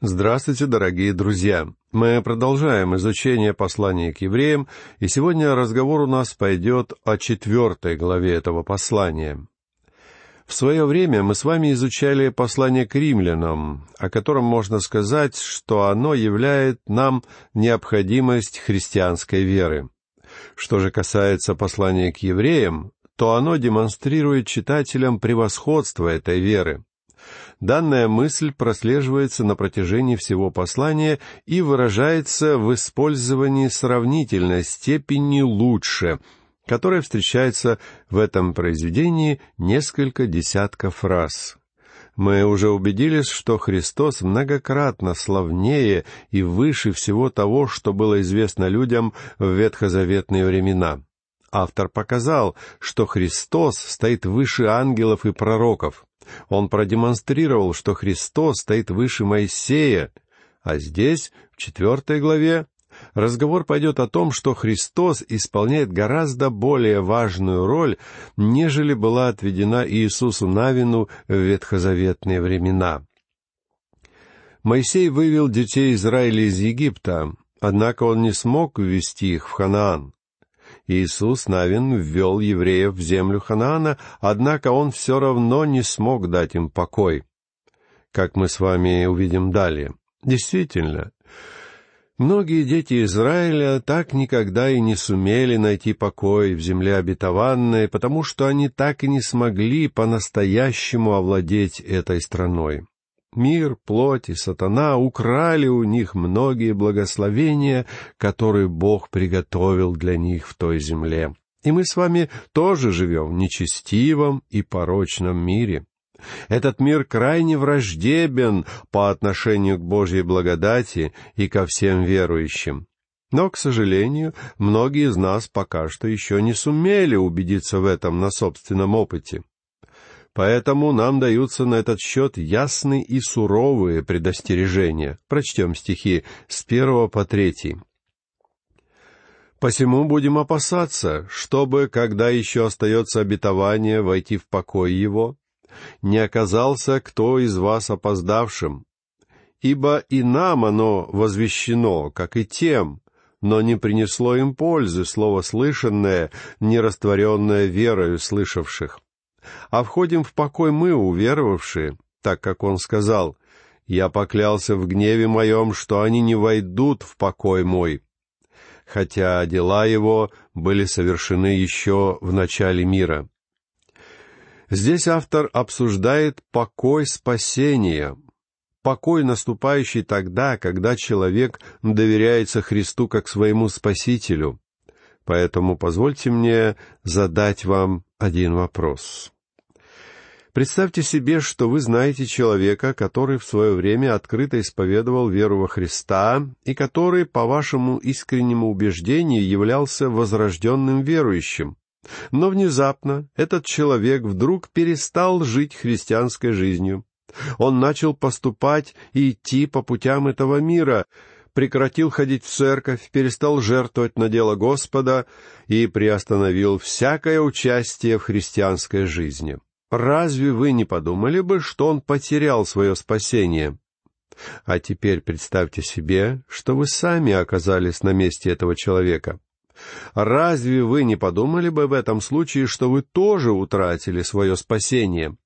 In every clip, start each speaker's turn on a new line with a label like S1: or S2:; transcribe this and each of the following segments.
S1: Здравствуйте, дорогие друзья! Мы продолжаем изучение послания к евреям, и сегодня разговор у нас пойдет о 4 главе этого послания. В свое время мы с вами изучали послание к римлянам, о котором можно сказать, что оно являет нам необходимость христианской веры. Что же касается послания к евреям, то оно демонстрирует читателям превосходство этой веры. Данная мысль прослеживается на протяжении всего послания и выражается в использовании сравнительной степени «лучше», которая встречается в этом произведении несколько десятков раз. Мы уже убедились, что Христос многократно славнее и выше всего того, что было известно людям в ветхозаветные времена. Автор показал, что Христос стоит выше ангелов и пророков. Он продемонстрировал, что Христос стоит выше Моисея, а здесь, в 4 главе, разговор пойдет о том, что Христос исполняет гораздо более важную роль, нежели была отведена Иисусу Навину в ветхозаветные времена. Моисей вывел детей Израиля из Египта, однако он не смог ввести их в Ханаан. Иисус Навин ввел евреев в землю Ханаана, однако он все равно не смог дать им покой, как мы с вами увидим далее. Действительно, многие дети Израиля так никогда и не сумели найти покой в земле обетованной, потому что они так и не смогли по-настоящему овладеть этой страной. Мир, плоть и сатана украли у них многие благословения, которые Бог приготовил для них в той земле. И мы с вами тоже живем в нечестивом и порочном мире. Этот мир крайне враждебен по отношению к Божьей благодати и ко всем верующим. Но, к сожалению, многие из нас пока что еще не сумели убедиться в этом на собственном опыте. Поэтому нам даются на этот счет ясные и суровые предостережения. Прочтем стихи с 1 по 3. «Посему будем опасаться, чтобы, когда еще остается обетование войти в покой его, не оказался кто из вас опоздавшим. Ибо и нам оно возвещено, как и тем, но не принесло им пользы слово слышанное, не растворенное верою слышавших. А входим в покой мы, уверовавшие, так как он сказал: «Я поклялся в гневе моем, что они не войдут в покой мой», хотя дела его были совершены еще в начале мира. Здесь автор обсуждает покой спасения, покой, наступающий тогда, когда человек доверяется Христу как своему Спасителю. Поэтому позвольте мне задать вам один вопрос. Представьте себе, что вы знаете человека, который в свое время открыто исповедовал веру во Христа и который, по вашему искреннему убеждению, являлся возрожденным верующим. Но внезапно этот человек вдруг перестал жить христианской жизнью. Он начал поступать и идти по путям этого мира, прекратил ходить в церковь, перестал жертвовать на дело Господа и приостановил всякое участие в христианской жизни. Разве вы не подумали бы, что он потерял свое спасение? А теперь представьте себе, что вы сами оказались на месте этого человека. Разве вы не подумали бы в этом случае, что вы тоже утратили свое спасение?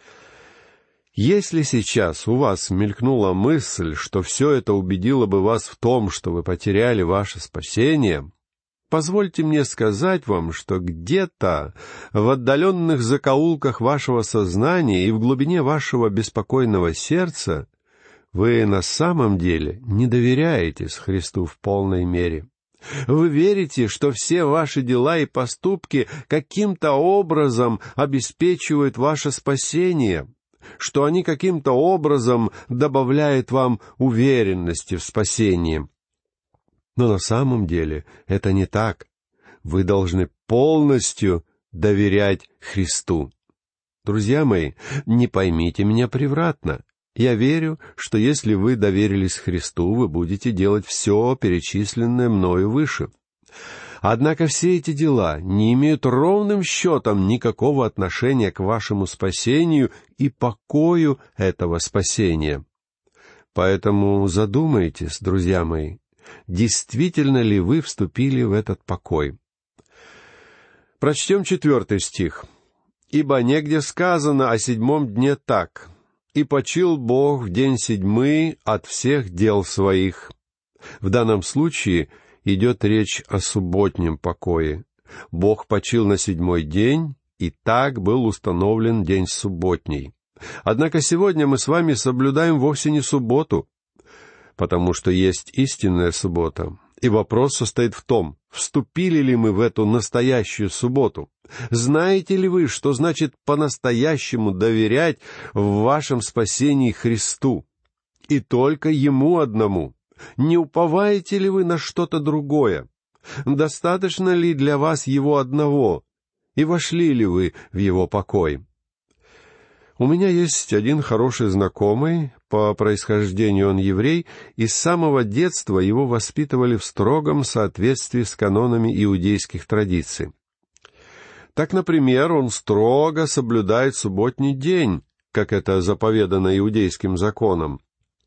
S1: Если сейчас у вас мелькнула мысль, что все это убедило бы вас в том, что вы потеряли ваше спасение, позвольте мне сказать вам, что где-то в отдаленных закоулках вашего сознания и в глубине вашего беспокойного сердца вы на самом деле не доверяетесь Христу в полной мере. Вы верите, что все ваши дела и поступки каким-то образом обеспечивают ваше спасение, что они каким-то образом добавляют вам уверенности в спасении. Но на самом деле это не так. Вы должны полностью доверять Христу. Друзья мои, не поймите меня превратно. Я верю, что если вы доверились Христу, вы будете делать все перечисленное мною выше. Однако все эти дела не имеют ровным счетом никакого отношения к вашему спасению и покою этого спасения. Поэтому задумайтесь, друзья мои, действительно ли вы вступили в этот покой. Прочтем 4 стих. «Ибо негде сказано о 7 дне так: и почил Бог в день 7 от всех дел своих». В данном случае идет речь о субботнем покое. Бог почил на 7 день, и так был установлен день субботний. Однако сегодня мы с вами соблюдаем вовсе не субботу, потому что есть истинная суббота. И вопрос состоит в том, вступили ли мы в эту настоящую субботу. Знаете ли вы, что значит по-настоящему доверять в вашем спасении Христу? И только Ему одному. Не уповаете ли вы на что-то другое? Достаточно ли для вас Его одного? И вошли ли вы в Его покой? У меня есть один хороший знакомый, по происхождению он еврей, и с самого детства его воспитывали в строгом соответствии с канонами иудейских традиций. Так, например, он строго соблюдает субботний день, как это заповедано иудейским законом.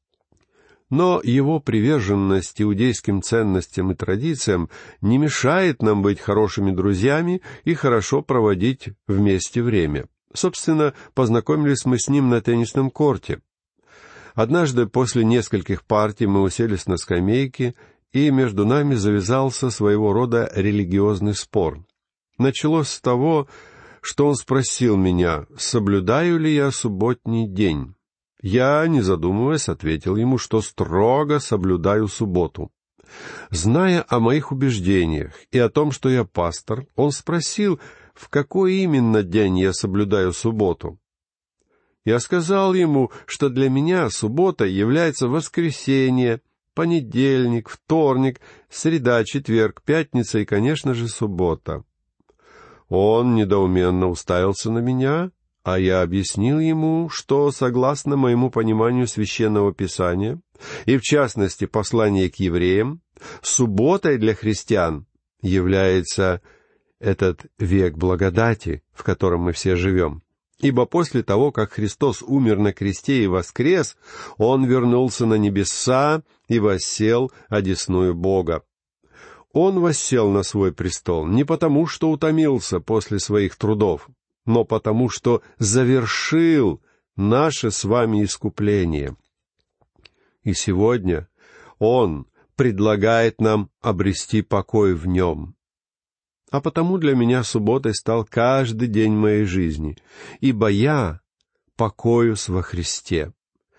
S1: Но его приверженность иудейским ценностям и традициям не мешает нам быть хорошими друзьями и хорошо проводить вместе время. Собственно, познакомились мы с ним на теннисном корте. Однажды после нескольких партий мы уселись на скамейке, и между нами завязался своего рода религиозный спор. Началось с того, что он спросил меня, соблюдаю ли я субботний день. Я, не задумываясь, ответил ему, что строго соблюдаю субботу. Зная о моих убеждениях и о том, что я пастор, он спросил, в какой именно день я соблюдаю субботу. Я сказал ему, что для меня суббота является воскресенье, понедельник, вторник, среда, четверг, пятница и, конечно же, суббота. Он недоуменно уставился на меня, а я объяснил ему, что, согласно моему пониманию Священного Писания, и в частности послания к евреям, субботой для христиан является этот век благодати, в котором мы все живем. Ибо после того, как Христос умер на кресте и воскрес, Он вернулся на небеса и воссел одесную Бога. Он воссел на свой престол не потому, что утомился после своих трудов, но потому, что завершил наше с вами искупление. И сегодня Он предлагает нам обрести покой в Нем. А потому для меня субботой стал каждый день моей жизни, ибо я покоюсь во Христе.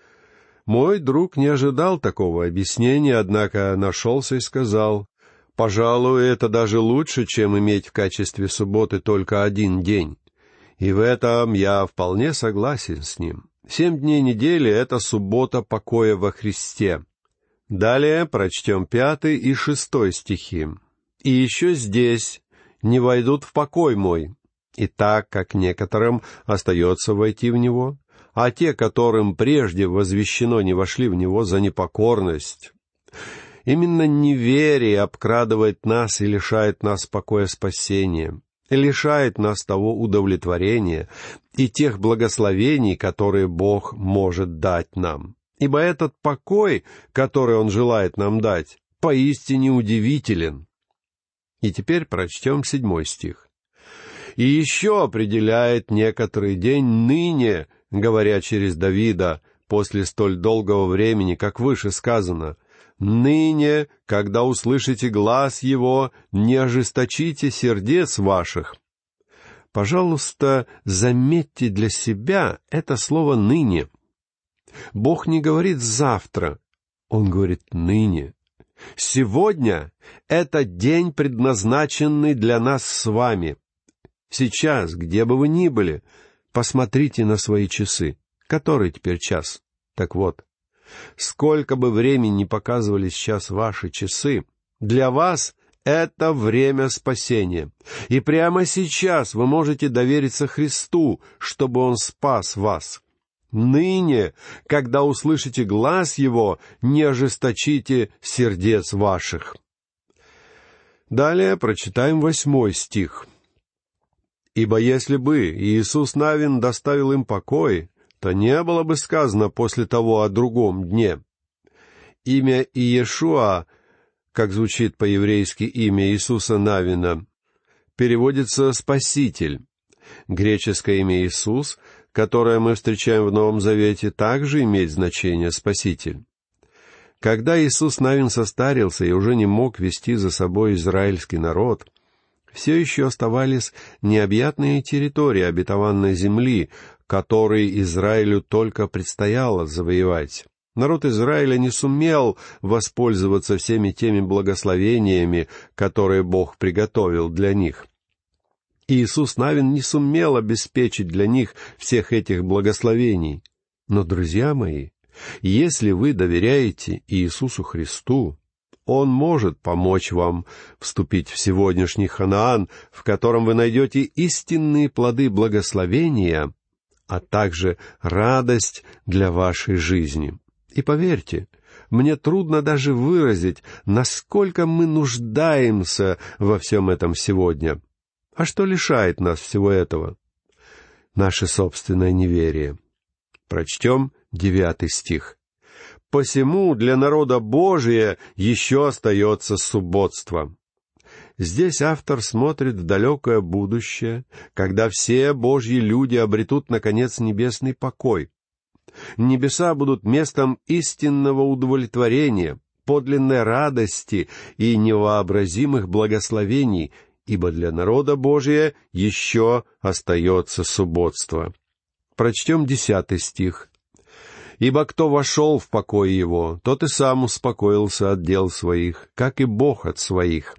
S1: Мой друг не ожидал такого объяснения, однако нашелся и сказал, «Пожалуй, это даже лучше, чем иметь в качестве субботы только один день». И в этом я вполне согласен с ним. 7 дней недели — это суббота покоя во Христе. Далее прочтем 5 и 6 стихи. «И еще здесь не войдут в покой мой, и так как некоторым остается войти в него, а те, которым прежде возвещено, не вошли в него за непокорность». Именно неверие обкрадывает нас и лишает нас покоя спасения, лишает нас того удовлетворения и тех благословений, которые Бог может дать нам. Ибо этот покой, который Он желает нам дать, поистине удивителен. И теперь прочтем 7 стих. «И еще определяет некоторый день ныне, говоря через Давида, после столь долгого времени, как выше сказано, ныне, когда услышите глас Его, не ожесточите сердец ваших». Пожалуйста, заметьте для себя это слово «ныне». Бог не говорит «завтра», Он говорит «ныне». Сегодня — это день, предназначенный для нас с вами. Сейчас, где бы вы ни были, посмотрите на свои часы. Который теперь час? Так вот, сколько бы времени ни показывали сейчас ваши часы, для вас это время спасения. И прямо сейчас вы можете довериться Христу, чтобы Он спас вас. Ныне, когда услышите глас Его, не ожесточите сердец ваших. Далее прочитаем 8 стих. «Ибо если бы Иисус Навин доставил им покой, то не было бы сказано после того о другом дне. Имя Иешуа, как звучит по-еврейски имя Иисуса Навина, переводится «спаситель». Греческое имя Иисус, которое мы встречаем в Новом Завете, также имеет значение «спаситель». Когда Иисус Навин состарился и уже не мог вести за собой израильский народ, все еще оставались необъятные территории обетованной земли, которые Израилю только предстояло завоевать. Народ Израиля не сумел воспользоваться всеми теми благословениями, которые Бог приготовил для них. Иисус Навин не сумел обеспечить для них всех этих благословений. Но, друзья мои, если вы доверяете Иисусу Христу, Он может помочь вам вступить в сегодняшний Ханаан, в котором вы найдете истинные плоды благословения, а также радость для вашей жизни. И поверьте, мне трудно даже выразить, насколько мы нуждаемся во всем этом сегодня. А что лишает нас всего этого? Наше собственное неверие. Прочтем 9 стих. «Посему для народа Божия еще остается субботство». Здесь автор смотрит в далекое будущее, когда все Божьи люди обретут, наконец, небесный покой. Небеса будут местом истинного удовлетворения, подлинной радости и невообразимых благословений, ибо для народа Божия еще остается субботство. Прочтем 10 стих. «Ибо кто вошел в покой его, тот и сам успокоился от дел своих, как и Бог от своих».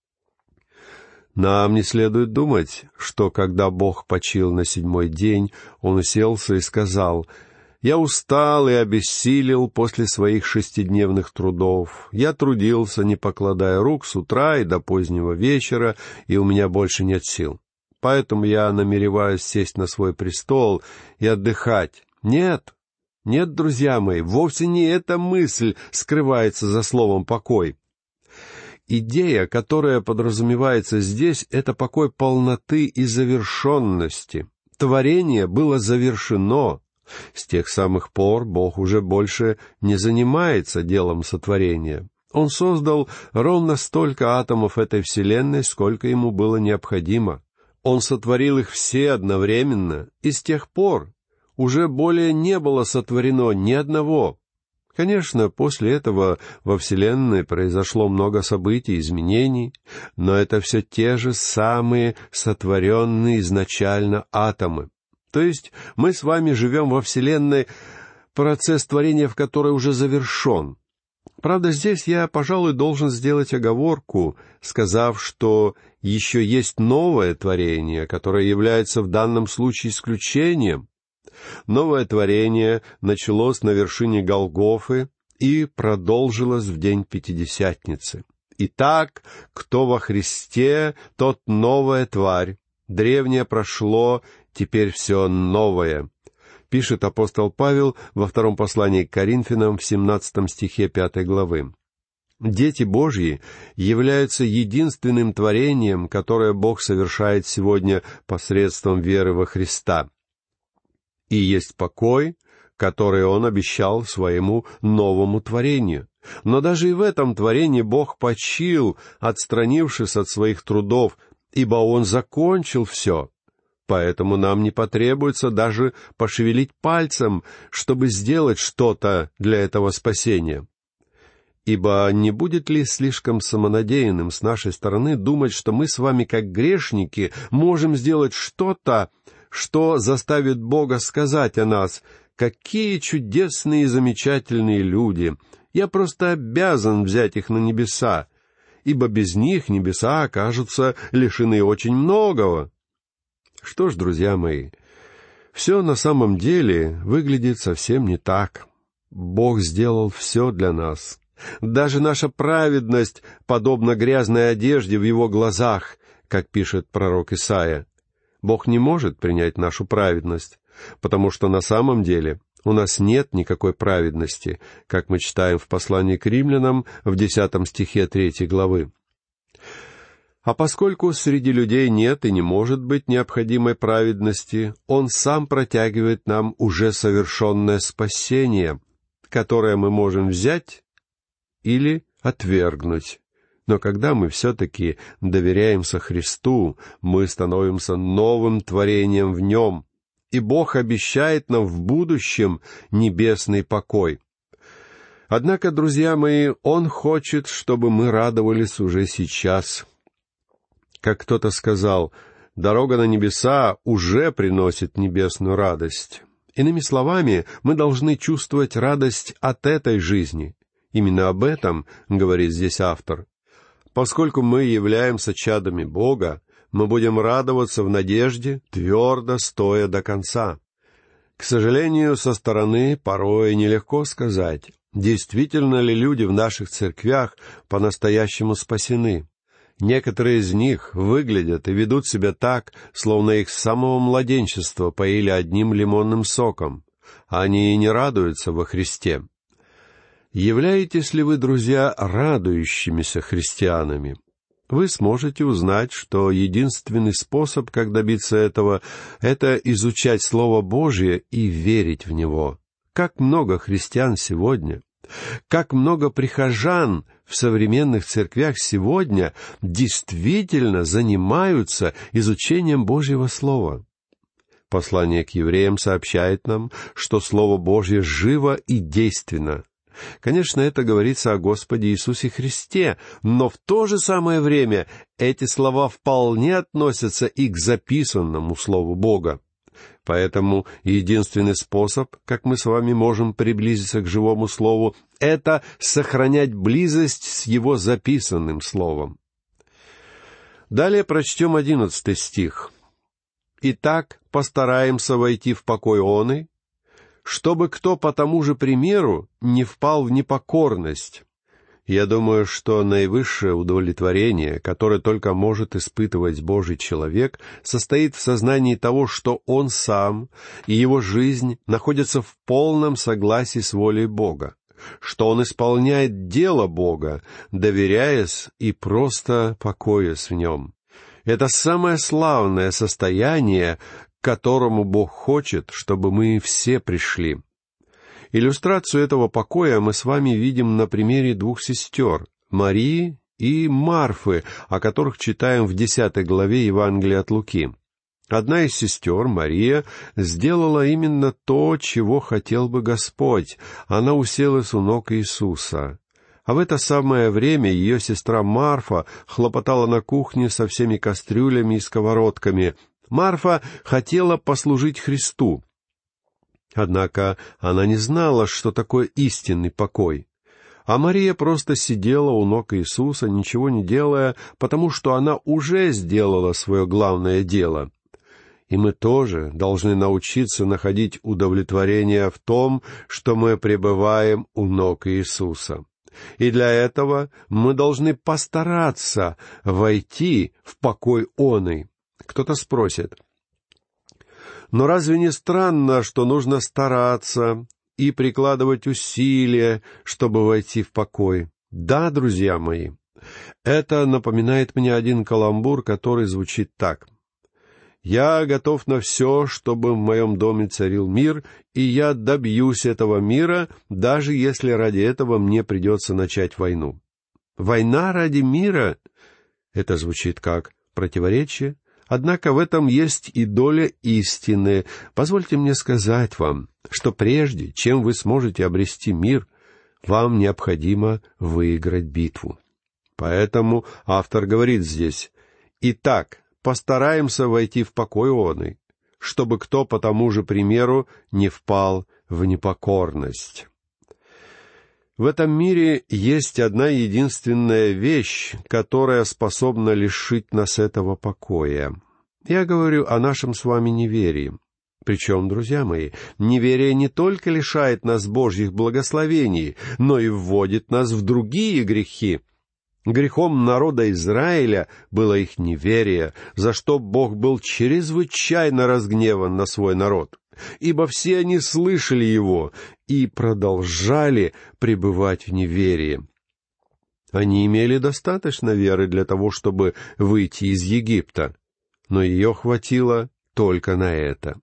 S1: Нам не следует думать, что когда Бог почил на 7-й день, Он уселся и сказал: «Я устал и обессилел после своих 6-дневных трудов. Я трудился, не покладая рук, с утра и до позднего вечера, и у меня больше нет сил. Поэтому я намереваюсь сесть на свой престол и отдыхать». Нет, друзья мои, вовсе не эта мысль скрывается за словом «покой». Идея, которая подразумевается здесь, — это покой полноты и завершенности. Творение было завершено. С тех самых пор Бог уже больше не занимается делом сотворения. Он создал ровно столько атомов этой вселенной, сколько ему было необходимо. Он сотворил их все одновременно, и с тех пор уже более не было сотворено ни одного. Конечно, после этого во Вселенной произошло много событий, изменений, но это все те же самые сотворенные изначально атомы. То есть мы с вами живем во Вселенной, процесс творения в которой уже завершен. Правда, здесь я, пожалуй, должен сделать оговорку, сказав, что еще есть новое творение, которое является в данном случае исключением. Новое творение началось на вершине Голгофы и продолжилось в день Пятидесятницы. Итак, кто во Христе, тот новая тварь. Древнее прошло, теперь все новое. Пишет апостол Павел во 2 послании к Коринфянам в 17 стихе 5 главы. Дети Божьи являются единственным творением, которое Бог совершает сегодня посредством веры во Христа. И есть покой, который Он обещал своему новому творению. Но даже и в этом творении Бог почил, отстранившись от своих трудов, ибо Он закончил все. Поэтому нам не потребуется даже пошевелить пальцем, чтобы сделать что-то для этого спасения. Ибо не будет ли слишком самонадеянным с нашей стороны думать, что мы с вами, как грешники, можем сделать что-то, что заставит Бога сказать о нас: «Какие чудесные и замечательные люди! Я просто обязан взять их на небеса, ибо без них небеса окажутся лишены очень многого». Что ж, друзья мои, все на самом деле выглядит совсем не так. Бог сделал все для нас. Даже наша праведность подобна грязной одежде в Его глазах, как пишет пророк Исаия. Бог не может принять нашу праведность, потому что на самом деле у нас нет никакой праведности, как мы читаем в послании к Римлянам в 10 стихе 3 главы. А поскольку среди людей нет и не может быть необходимой праведности, Он сам протягивает нам уже совершенное спасение, которое мы можем взять или отвергнуть. Но когда мы все-таки доверяемся Христу, мы становимся новым творением в Нем, и Бог обещает нам в будущем небесный покой. Однако, друзья мои, Он хочет, чтобы мы радовались уже сейчас. Как кто-то сказал, дорога на небеса уже приносит небесную радость. Иными словами, мы должны чувствовать радость от этой жизни. Именно об этом говорит здесь автор. Поскольку мы являемся чадами Бога, мы будем радоваться в надежде, твердо стоя до конца. К сожалению, со стороны порой нелегко сказать, действительно ли люди в наших церквях по-настоящему спасены. Некоторые из них выглядят и ведут себя так, словно их с самого младенчества поили одним лимонным соком. Они и не радуются во Христе. Являетесь ли вы, друзья, радующимися христианами? Вы сможете узнать, что единственный способ, как добиться этого, это изучать Слово Божье и верить в него. Как много христиан сегодня, как много прихожан в современных церквях сегодня действительно занимаются изучением Божьего Слова. Послание к евреям сообщает нам, что Слово Божье живо и действенно. Конечно, это говорится о Господе Иисусе Христе, но в то же самое время эти слова вполне относятся и к записанному Слову Бога. Поэтому единственный способ, как мы с вами можем приблизиться к живому Слову, это сохранять близость с Его записанным Словом. Далее прочтем 11 стих. «Итак, постараемся войти в покой оный, чтобы кто по тому же примеру не впал в непокорность». Я думаю, что наивысшее удовлетворение, которое только может испытывать Божий человек, состоит в сознании того, что он сам и его жизнь находятся в полном согласии с волей Бога, что он исполняет дело Бога, доверяясь и просто покоясь в нем. Это самое славное состояние, к которому Бог хочет, чтобы мы все пришли. Иллюстрацию этого покоя мы с вами видим на примере двух сестер, Марии и Марфы, о которых читаем в 10 главе Евангелия от Луки. Одна из сестер, Мария, сделала именно то, чего хотел бы Господь. Она уселась у ног Иисуса. А в это самое время ее сестра Марфа хлопотала на кухне со всеми кастрюлями и сковородками. Марфа хотела послужить Христу. Однако она не знала, что такое истинный покой. А Мария просто сидела у ног Иисуса, ничего не делая, потому что она уже сделала свое главное дело. И мы тоже должны научиться находить удовлетворение в том, что мы пребываем у ног Иисуса. И для этого мы должны постараться войти в покой оный. Кто-то спросит: но разве не странно, что нужно стараться и прикладывать усилия, чтобы войти в покой? Да, друзья мои, это напоминает мне один каламбур, который звучит так. «Я готов на все, чтобы в моем доме царил мир, и я добьюсь этого мира, даже если ради этого мне придется начать войну». Война ради мира — это звучит как противоречие. Однако в этом есть и доля истины. Позвольте мне сказать вам, что прежде, чем вы сможете обрести мир, вам необходимо выиграть битву. Поэтому автор говорит здесь: «Итак, постараемся войти в покой оный, чтобы кто по тому же примеру не впал в непокорность». В этом мире есть одна единственная вещь, которая способна лишить нас этого покоя. Я говорю о нашем с вами неверии. Причем, друзья мои, неверие не только лишает нас Божьих благословений, но и вводит нас в другие грехи. Грехом народа Израиля было их неверие, за что Бог был чрезвычайно разгневан на свой народ. Ибо все они слышали его и продолжали пребывать в неверии. Они имели достаточно веры для того, чтобы выйти из Египта, но ее хватило только на это.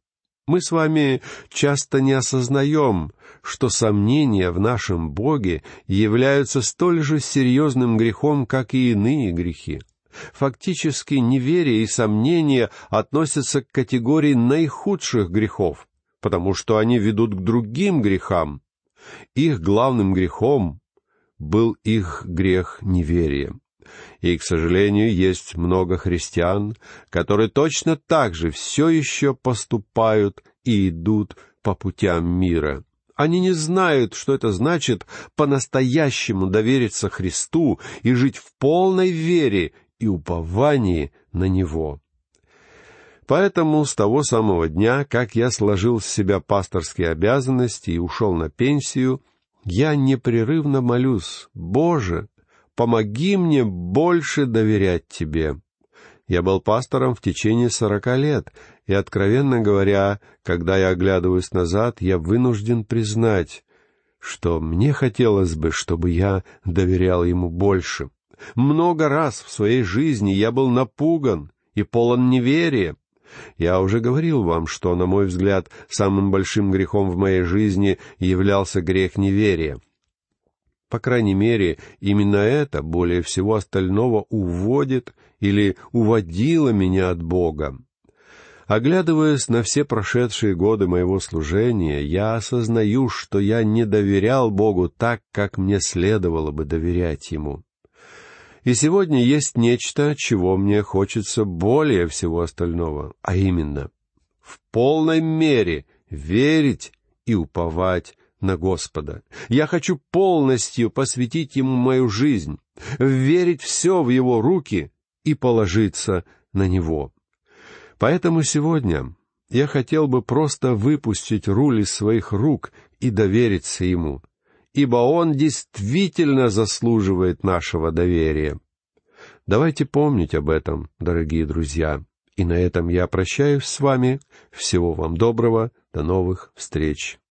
S1: Мы с вами часто не осознаем, что сомнения в нашем Боге являются столь же серьезным грехом, как и иные грехи. Фактически, неверие и сомнения относятся к категории наихудших грехов, потому что они ведут к другим грехам. Их главным грехом был их грех неверия. И, к сожалению, есть много христиан, которые точно так же все еще поступают и идут по путям мира. Они не знают, что это значит по-настоящему довериться Христу и жить в полной вере и уповании на Него. Поэтому с того самого дня, как я сложил с себя пасторские обязанности и ушел на пенсию, я непрерывно молюсь: «Боже, помоги мне больше доверять Тебе». Я был пастором в течение 40 лет, и, откровенно говоря, когда я оглядываюсь назад, я вынужден признать, что мне хотелось бы, чтобы я доверял Ему больше. Много раз в своей жизни я был напуган и полон неверия. Я уже говорил вам, что, на мой взгляд, самым большим грехом в моей жизни являлся грех неверия. По крайней мере, именно это, более всего остального, уводит или уводило меня от Бога. Оглядываясь на все прошедшие годы моего служения, я осознаю, что я не доверял Богу так, как мне следовало бы доверять Ему. И сегодня есть нечто, чего мне хочется более всего остального, а именно в полной мере верить и уповать на Господа. Я хочу полностью посвятить Ему мою жизнь, верить все в Его руки и положиться на Него. Поэтому сегодня я хотел бы просто выпустить руль из своих рук и довериться Ему, ибо Он действительно заслуживает нашего доверия. Давайте помнить об этом, дорогие друзья. И на этом я прощаюсь с вами. Всего вам доброго. До новых встреч.